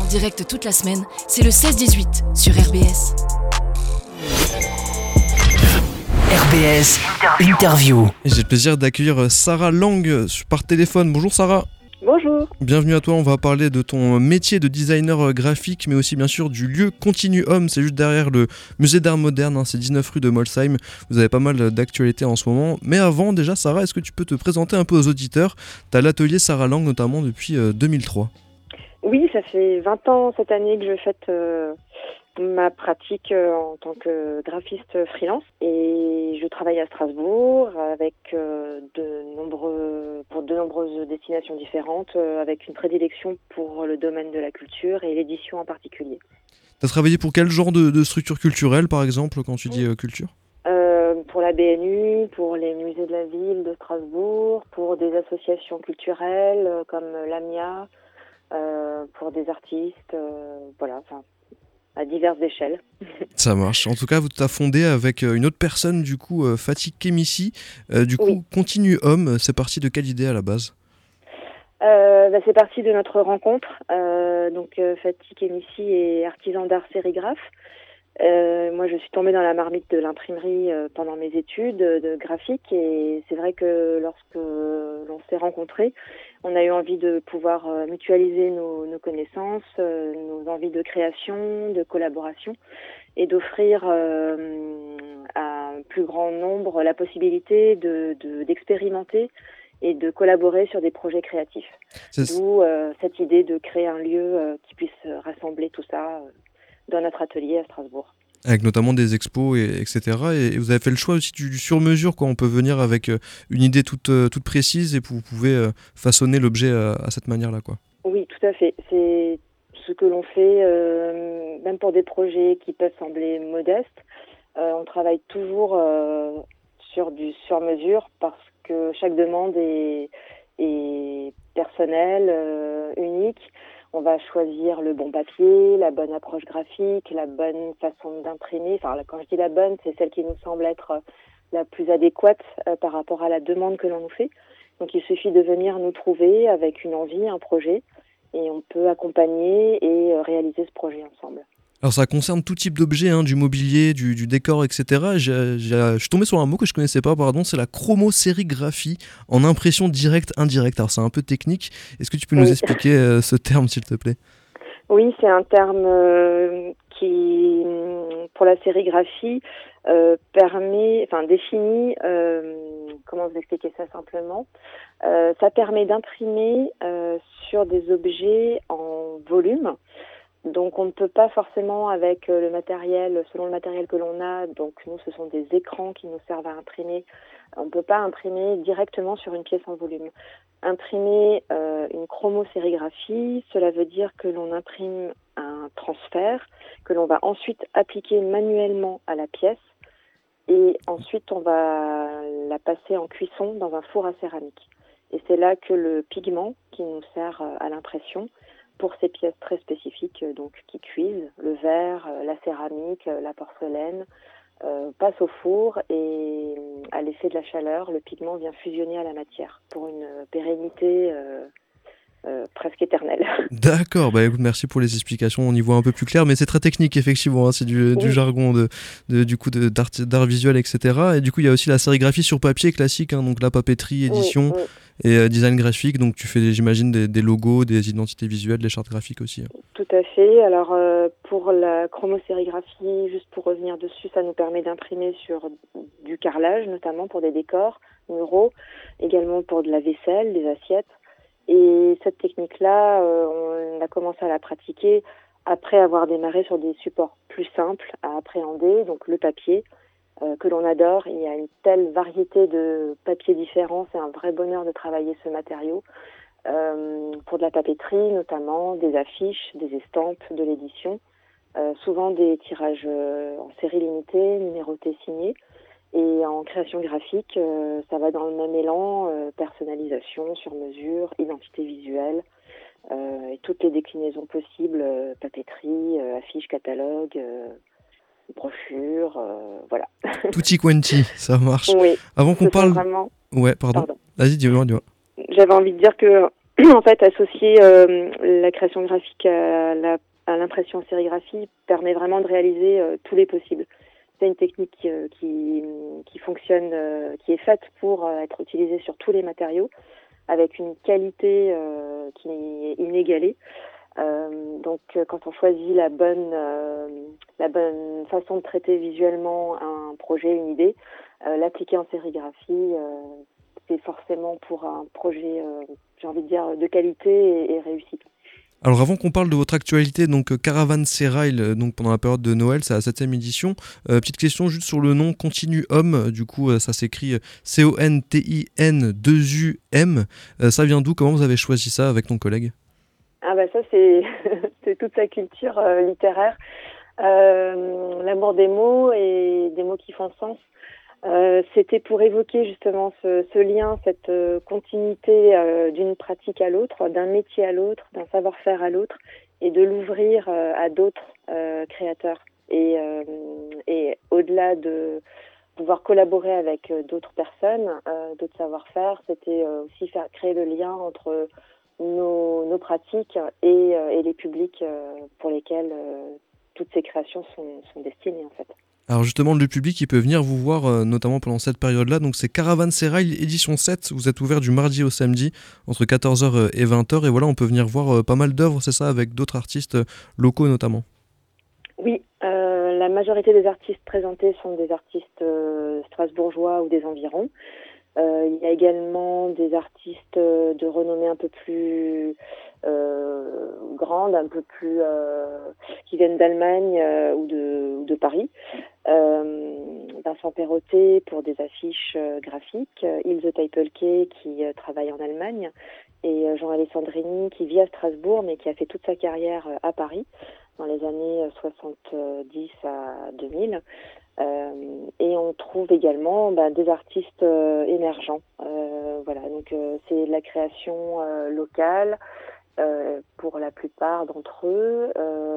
direct toute la semaine, c'est le 16-18 sur RBS. RBS Interview. Et j'ai le plaisir d'accueillir Sarah Lang par téléphone. Bonjour Sarah. Bonjour. Bienvenue à toi, on va parler de ton métier de designer graphique, mais aussi bien sûr du lieu Continuum, c'est juste derrière le musée d'art moderne, c'est 19 rue de Molsheim. Vous avez pas mal d'actualités en ce moment, mais avant déjà Sarah, est-ce que tu peux te présenter un peu aux auditeurs? Tu as l'atelier Sarah Lang notamment depuis 2003. Oui, ça fait 20 ans cette année que je fête ma pratique en tant que graphiste freelance et je travaille à Strasbourg avec pour de nombreuses destinations différentes avec une prédilection pour le domaine de la culture et l'édition en particulier. Tu as travaillé pour quel genre de structure culturelle par exemple quand tu dis culture? Pour la BNU, pour les musées de la ville de Strasbourg, pour des associations culturelles comme l'AMIA, pour des artistes, à diverses échelles. Ça marche. En tout cas, tu as fondé avec une autre personne, du coup, Fatih Kemissi. Oui. Continuum, c'est parti de quelle idée à la base? C'est parti de notre rencontre. Fatih Kemissi est artisan d'art sérigraphe. Moi, je suis tombée dans la marmite de l'imprimerie pendant mes études de graphique et c'est vrai que lorsque l'on s'est rencontrés, on a eu envie de pouvoir mutualiser nos connaissances, nos envies de création, de collaboration et d'offrir à un plus grand nombre la possibilité d'expérimenter et de collaborer sur des projets créatifs. D'où cette idée de créer un lieu qui puisse rassembler tout ça dans notre atelier à Strasbourg. Avec notamment des expos, etc. Et vous avez fait le choix aussi du sur-mesure, quoi. On peut venir avec une idée toute précise et vous pouvez façonner l'objet à cette manière-là, quoi. Oui, tout à fait. C'est ce que l'on fait, même pour des projets qui peuvent sembler modestes. On travaille toujours sur du sur-mesure parce que chaque demande est personnelle, unique. On va choisir le bon papier, la bonne approche graphique, la bonne façon d'imprimer. Enfin, quand je dis la bonne, c'est celle qui nous semble être la plus adéquate par rapport à la demande que l'on nous fait. Donc, il suffit de venir nous trouver avec une envie, un projet, et on peut accompagner et réaliser ce projet ensemble. Alors ça concerne tout type d'objets, du mobilier, du décor, etc. Je suis tombé sur un mot que je connaissais pas, c'est la chromosérigraphie en impression directe, indirecte. Alors c'est un peu technique. Est-ce que tu peux nous expliquer ce terme, s'il te plaît? Oui, c'est un terme qui, pour la sérigraphie, définit, comment vous expliquer ça simplement, ça permet d'imprimer sur des objets en volume. Donc on ne peut pas forcément avec le matériel, selon le matériel que l'on a, donc nous ce sont des écrans qui nous servent à imprimer, on ne peut pas imprimer directement sur une pièce en volume. Imprimer une chromosérigraphie, cela veut dire que l'on imprime un transfert, que l'on va ensuite appliquer manuellement à la pièce et ensuite on va la passer en cuisson dans un four à céramique. Et c'est là que le pigment qui nous sert à l'impression, pour ces pièces très spécifiques donc qui cuisent, le verre, la céramique, la porcelaine, passe au four et à l'effet de la chaleur, le pigment vient fusionner à la matière pour une pérennité presque éternelle. D'accord, écoute, merci pour les explications, on y voit un peu plus clair, mais c'est très technique effectivement, c'est du jargon d'art visuel, etc. Et du coup il y a aussi la sérigraphie sur papier classique, donc la papeterie, édition et design graphique, donc tu fais j'imagine des logos, des identités visuelles, des chartes graphiques aussi. Tout à fait, alors pour la chromosérigraphie, juste pour revenir dessus, ça nous permet d'imprimer sur du carrelage, notamment pour des décors muraux, également pour de la vaisselle, des assiettes. Et cette technique-là, on a commencé à la pratiquer après avoir démarré sur des supports plus simples à appréhender, donc le papier, que l'on adore. Il y a une telle variété de papiers différents, c'est un vrai bonheur de travailler ce matériau. Pour de la papeterie notamment, des affiches, des estampes, de l'édition, souvent des tirages en série limitée, numérotés, signés. Et en création graphique, ça va dans le même élan, personnalisation, sur mesure, identité visuelle, et toutes les déclinaisons possibles, papeterie, affiches, catalogues, brochures, voilà. Tutti quanti, ça marche. Oui. Avant qu'on parle... Vraiment... Ouais, pardon. Vas-y, dis-moi. J'avais envie de dire que en fait, associer la création graphique à l'impression en sérigraphie permet vraiment de réaliser tous les possibles. C'est une technique qui fonctionne, qui est faite pour être utilisée sur tous les matériaux, avec une qualité qui est inégalée. Donc, quand on choisit la bonne façon de traiter visuellement un projet, une idée, l'appliquer en sérigraphie, c'est forcément pour un projet, j'ai envie de dire, de qualité et réussi. Alors avant qu'on parle de votre actualité, donc Caravansérail, donc pendant la période de Noël, c'est la 7e édition. Petite question juste sur le nom Continuum, du coup ça s'écrit CONTIN2UM. Ça vient d'où? Comment vous avez choisi ça avec ton collègue? Ah bah ça c'est c'est toute sa culture littéraire, l'amour des mots et des mots qui font sens. C'était pour évoquer justement ce lien, cette continuité d'une pratique à l'autre, d'un métier à l'autre, d'un savoir-faire à l'autre, et de l'ouvrir à d'autres créateurs. Et au-delà de pouvoir collaborer avec d'autres personnes, d'autres savoir-faire, c'était aussi créer le lien entre nos pratiques et les publics pour lesquels toutes ces créations sont destinées en fait. Alors justement, le public, il peut venir vous voir, notamment pendant cette période-là. Donc c'est Caravansérail édition 7. Vous êtes ouvert du mardi au samedi, entre 14h et 20h. Et voilà, on peut venir voir pas mal d'œuvres, c'est ça, avec d'autres artistes locaux notamment. Oui, la majorité des artistes présentés sont des artistes strasbourgeois ou des environs. Il y a également des artistes de renommée un peu plus grande, un peu plus qui viennent d'Allemagne ou de Paris. Vincent Perrottet pour des affiches graphiques, Ilse Teipelke qui travaille en Allemagne et Jean Alessandrini qui vit à Strasbourg mais qui a fait toute sa carrière à Paris dans les années 70 à 2000. Et on trouve également des artistes émergents. Voilà, donc c'est de la création locale pour la plupart d'entre eux.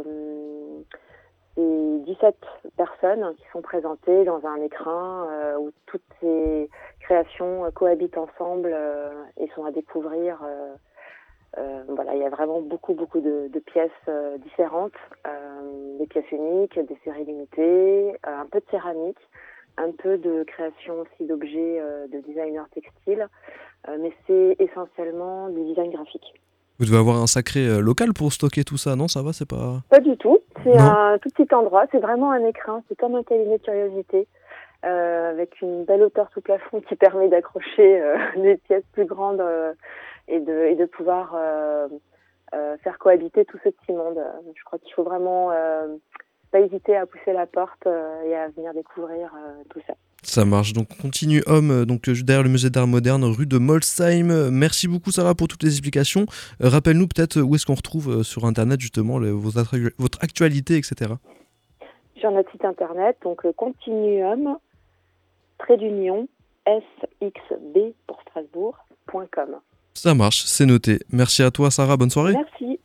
C'est 17 personnes qui sont présentées dans un écrin où toutes ces créations cohabitent ensemble et sont à découvrir. Voilà, il y a vraiment beaucoup de pièces différentes, des pièces uniques, des séries limitées, un peu de céramique, un peu de création aussi d'objets de designers textiles, mais c'est essentiellement du design graphique. Vous devez avoir un sacré local pour stocker tout ça, non? Ça va, c'est pas... Pas du tout, c'est un tout petit endroit, c'est vraiment un écrin, c'est comme un cabinet de curiosité, avec une belle hauteur sous plafond qui permet d'accrocher des pièces plus grandes et de pouvoir faire cohabiter tout ce petit monde. Je crois qu'il faut vraiment pas hésiter à pousser la porte et à venir découvrir tout ça. Ça marche, donc Continuum, donc derrière le musée d'art moderne, rue de Molsheim. Merci beaucoup Sarah pour toutes les explications. Rappelle-nous peut-être où est-ce qu'on retrouve sur internet justement votre actualité, etc. Sur notre site internet, donc Continuum, SXB pour Strasbourg.com. Ça marche, c'est noté. Merci à toi Sarah, bonne soirée. Merci.